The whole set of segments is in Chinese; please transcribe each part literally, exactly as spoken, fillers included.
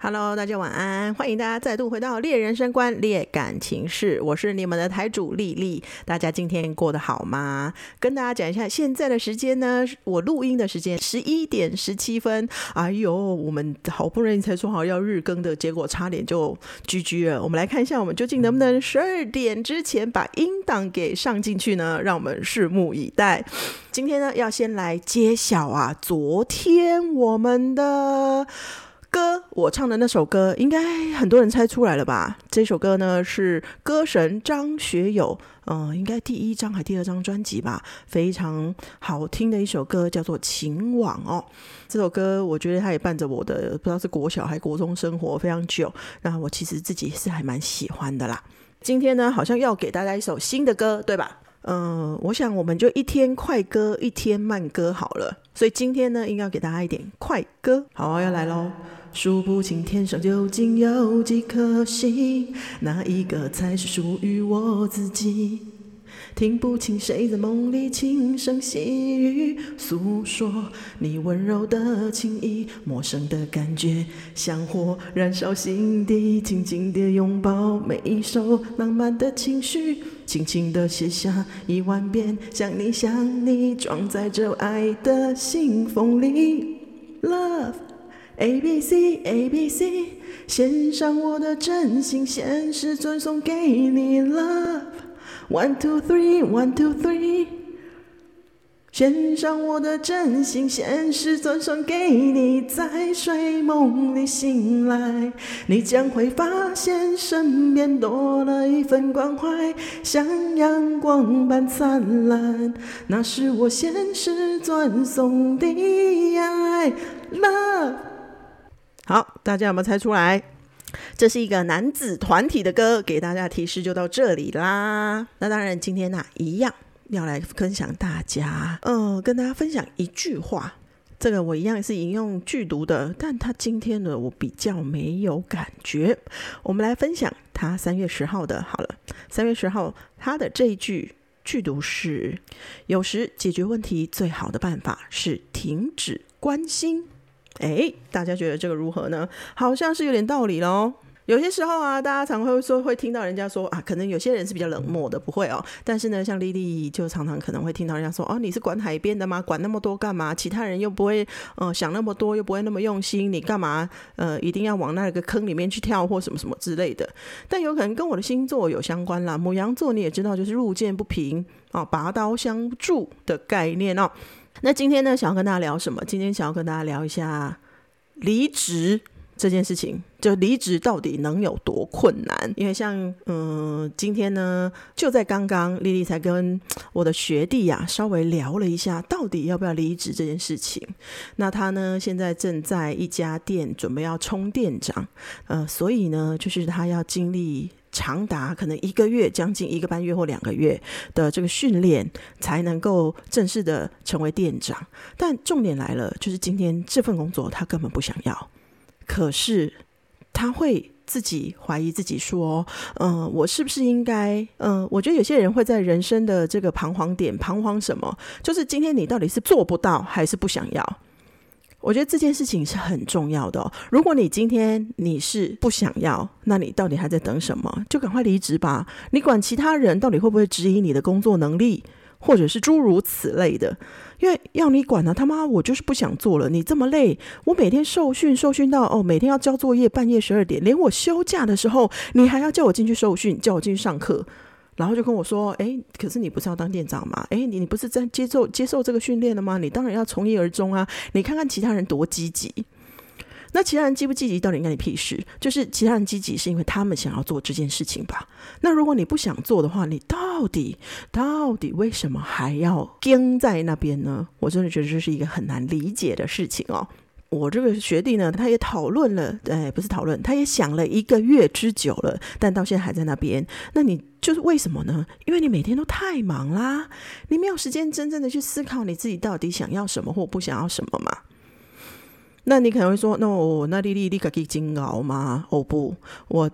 Hello， 大家晚安，欢迎大家再度回到猎人生观猎感情事，我是你们的台主丽丽。大家今天过得好吗？跟大家讲一下现在的时间呢，我录音的时间十一点十七分。哎呦，我们好不容易才说好要日更的，结果差点就 G G 了。我们来看一下，我们究竟能不能十二点之前把音档给上进去呢？让我们拭目以待。今天呢，要先来揭晓啊，昨天我们的歌，我唱的那首歌应该很多人猜出来了吧？这首歌呢是歌神张学友呃，应该第一张还第二张专辑吧，非常好听的一首歌，叫做《情网》哦。这首歌我觉得它也伴着我的不知道是国小还国中生活非常久，那我其实自己是还蛮喜欢的啦。今天呢好像要给大家一首新的歌，对吧？嗯，我想我们就一天快歌一天慢歌好了，所以今天呢应该要给大家一点快歌。好，要来咯。数不清天上究竟有几颗星，哪一个才是属于我自己？听不清谁在梦里轻声细语，诉说你温柔的情意，陌生的感觉像火燃烧心底，紧紧地拥抱每一首浪漫的情绪，轻轻地写下一万遍想你想你，装在这爱的信封里。 Love A B C A B C， 献上我的真心，现世尊送给你。 Love One two three one two three， 献上我的真心，现世尊送给你。在睡梦里醒来，你将会发现身边多了一份关怀，像阳光般灿烂，那是我现世尊送的爱。 Love，好，大家有没有猜出来？这是一个男子团体的歌，给大家提示就到这里啦。那当然今天啊一样要来分享大家呃，跟大家分享一句话，这个我一样是引用句读的，但他今天呢我比较没有感觉。我们来分享他三月十号的好了。三月十号他的这一句句读是：有时解决问题最好的办法是停止关心。诶，大家觉得这个如何呢？好像是有点道理咯。有些时候啊，大家常会说会听到人家说啊，可能有些人是比较冷漠的，不会哦。但是呢，像丽丽就常常可能会听到人家说，哦，你是管海边的吗？管那么多干嘛？其他人又不会呃想那么多，又不会那么用心，你干嘛呃一定要往那个坑里面去跳或什么什么之类的？但有可能跟我的星座有相关啦。牡羊座你也知道，就是路见不平哦，拔刀相助的概念哦。那今天呢想要跟大家聊什么？今天想要跟大家聊一下离职这件事情，就离职到底能有多困难？因为像嗯、呃，今天呢就在刚刚丽丽才跟我的学弟啊稍微聊了一下到底要不要离职这件事情。那他呢现在正在一家店准备要冲店长，呃，所以呢就是他要经历长达可能一个月，将近一个半月或两个月的这个训练，才能够正式的成为店长。但重点来了，就是今天这份工作他根本不想要，可是他会自己怀疑自己说，嗯，我是不是应该，嗯，我觉得有些人会在人生的这个彷徨点彷徨什么，就是今天你到底是做不到还是不想要。我觉得这件事情是很重要的哦。如果你今天你是不想要，那你到底还在等什么？就赶快离职吧。你管其他人到底会不会质疑你的工作能力，或者是诸如此类的，因为要你管啊，他妈我就是不想做了。你这么累，我每天受训受训到哦，每天要交作业，半夜十二点，连我休假的时候你还要叫我进去受训，叫我进去上课，然后就跟我说，哎，可是你不是要当店长吗？哎，你你不是在接受接受这个训练了吗？你当然要从一而终啊！你看看其他人多积极。那其他人积不积极到底干你屁事？就是其他人积极是因为他们想要做这件事情吧。那如果你不想做的话，你到底到底为什么还要跟在那边呢？我真的觉得这是一个很难理解的事情哦。我这个学弟呢，他也讨论了，哎，不是讨论，他也想了一个月之久了，但到现在还在那边。那你就是为什么呢？因为你每天都太忙啦，你没有时间真正的去思考你自己到底想要什么或不想要什么嘛。那你可能会说，那我那丽丽你自己煎熬吗？哦不，我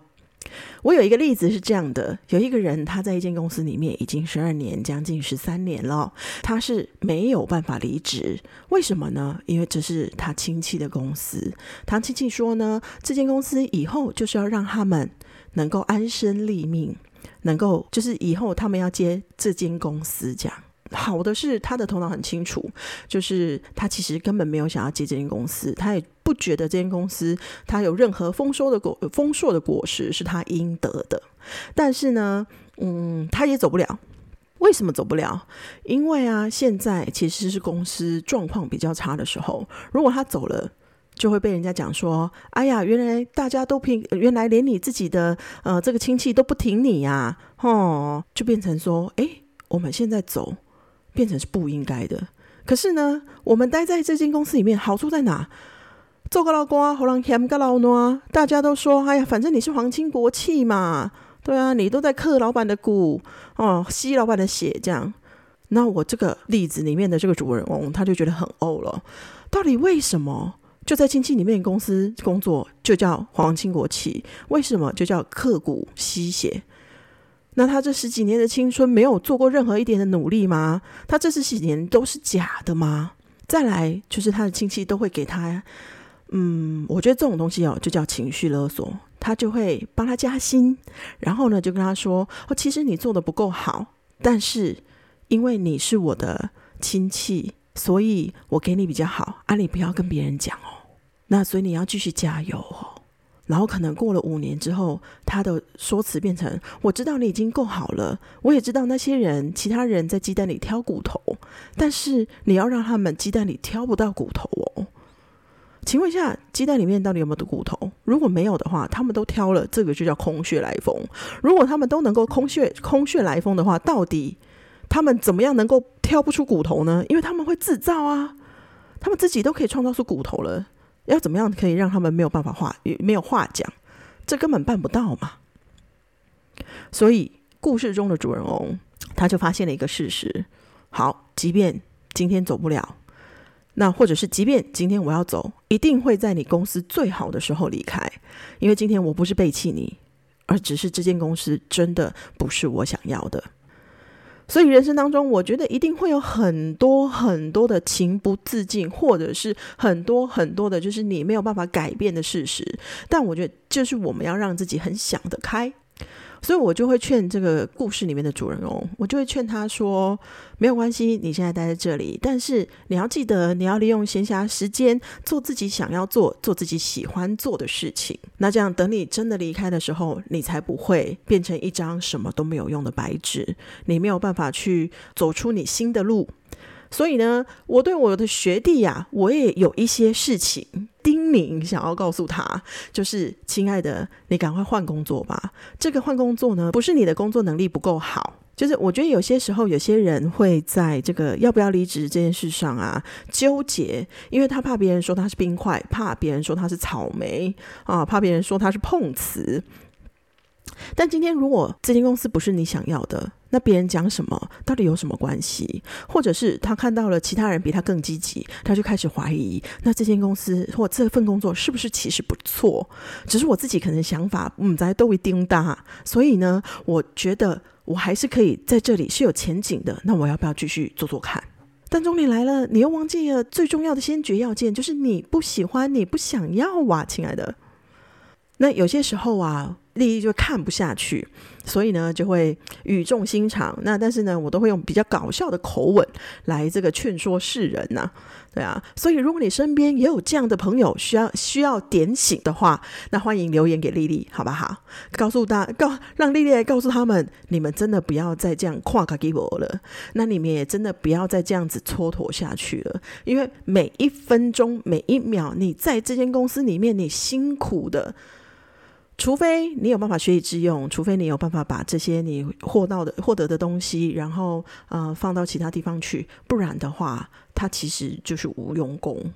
我有一个例子是这样的，有一个人他在一间公司里面已经十二年将近十三年了，他是没有办法离职。为什么呢？因为这是他亲戚的公司，他亲戚说呢，这间公司以后就是要让他们能够安身立命，能够就是以后他们要接这间公司这样。好的是他的头脑很清楚，就是他其实根本没有想要接这间公司，他也不觉得这间公司他有任何丰收的果丰硕的果实是他应得的。但是呢嗯，他也走不了。为什么走不了？因为啊，现在其实是公司状况比较差的时候，如果他走了就会被人家讲说，哎呀，原来大家都凭，原来连你自己的呃这个亲戚都不挺你呀、啊，哦，就变成说，哎，我们现在走变成是不应该的。可是呢，我们待在这间公司里面好处在哪？做个老瓜，好人嫌个老暖，大家都说，哎呀，反正你是皇亲国戚嘛，对啊，你都在嗑老板的股，哦，吸老板的血，这样。那我这个例子里面的这个主人翁，他就觉得很怄了，到底为什么就在亲戚里面公司工作就叫皇亲国戚？为什么就叫嗑股吸血？那他这十几年的青春没有做过任何一点的努力吗？他这十几年都是假的吗？再来就是他的亲戚都会给他，嗯，我觉得这种东西哦，就叫情绪勒索。他就会帮他加薪，然后呢就跟他说，哦，其实你做的不够好，但是因为你是我的亲戚，所以我给你比较好啊，你不要跟别人讲哦。那所以你要继续加油哦。然后可能过了五年之后，他的说辞变成，我知道你已经够好了，我也知道那些人其他人在鸡蛋里挑骨头，但是你要让他们鸡蛋里挑不到骨头哦。请问一下，鸡蛋里面到底有没有骨头？如果没有的话，他们都挑了，这个就叫空穴来风。如果他们都能够空穴空穴来风的话，到底他们怎么样能够挑不出骨头呢？因为他们会制造啊，他们自己都可以创造出骨头了，要怎么样可以让他们没有办法话没有话讲？这根本办不到嘛。所以故事中的主人翁他就发现了一个事实，好，即便今天走不了，那或者是即便今天我要走，一定会在你公司最好的时候离开，因为今天我不是背弃你，而只是这间公司真的不是我想要的。所以人生当中我觉得一定会有很多很多的情不自禁，或者是很多很多的就是你没有办法改变的事实，但我觉得就是我们要让自己很想得开。所以我就会劝这个故事里面的主人翁，我就会劝他说，没有关系，你现在待在这里，但是你要记得你要利用闲暇时间做自己想要做做自己喜欢做的事情，那这样等你真的离开的时候，你才不会变成一张什么都没有用的白纸，你没有办法去走出你新的路。所以呢，我对我的学弟啊，我也有一些事情叮咛想要告诉他，就是亲爱的，你赶快换工作吧。这个换工作呢，不是你的工作能力不够好，就是我觉得有些时候有些人会在这个要不要离职这件事上啊纠结，因为他怕别人说他是冰块，怕别人说他是草莓啊，怕别人说他是碰瓷。但今天如果这间公司不是你想要的，那别人讲什么到底有什么关系？或者是他看到了其他人比他更积极，他就开始怀疑，那这间公司或这份工作是不是其实不错，只是我自己可能想法不知道都一定大，所以呢我觉得我还是可以在这里是有前景的，那我要不要继续做做看？但重点来了，你又忘记了最重要的先决要件，就是你不喜欢，你不想要啊，亲爱的。那有些时候啊，丽丽就看不下去，所以呢就会语重心长，那但是呢我都会用比较搞笑的口吻来这个劝说世人呐、啊，对啊，所以如果你身边也有这样的朋友需要需要点醒的话，那欢迎留言给丽丽好不好？告诉大告让丽丽来告诉他们，你们真的不要再这样跨卡给我了，那你们也真的不要再这样子蹉跎下去了，因为每一分钟每一秒你在这间公司里面你辛苦的，除非你有办法学以致用，除非你有办法把这些你获到的获得的东西然后呃放到其他地方去，不然的话它其实就是无用功。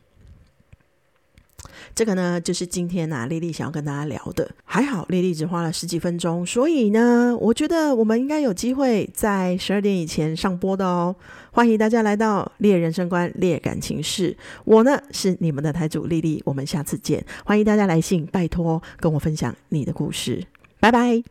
这个呢就是今天啊丽丽想要跟大家聊的，还好丽丽只花了十几分钟，所以呢我觉得我们应该有机会在十二点以前上播的哦。欢迎大家来到猎人生观猎感情室，我呢是你们的台主丽丽，我们下次见。欢迎大家来信，拜托跟我分享你的故事。 拜拜。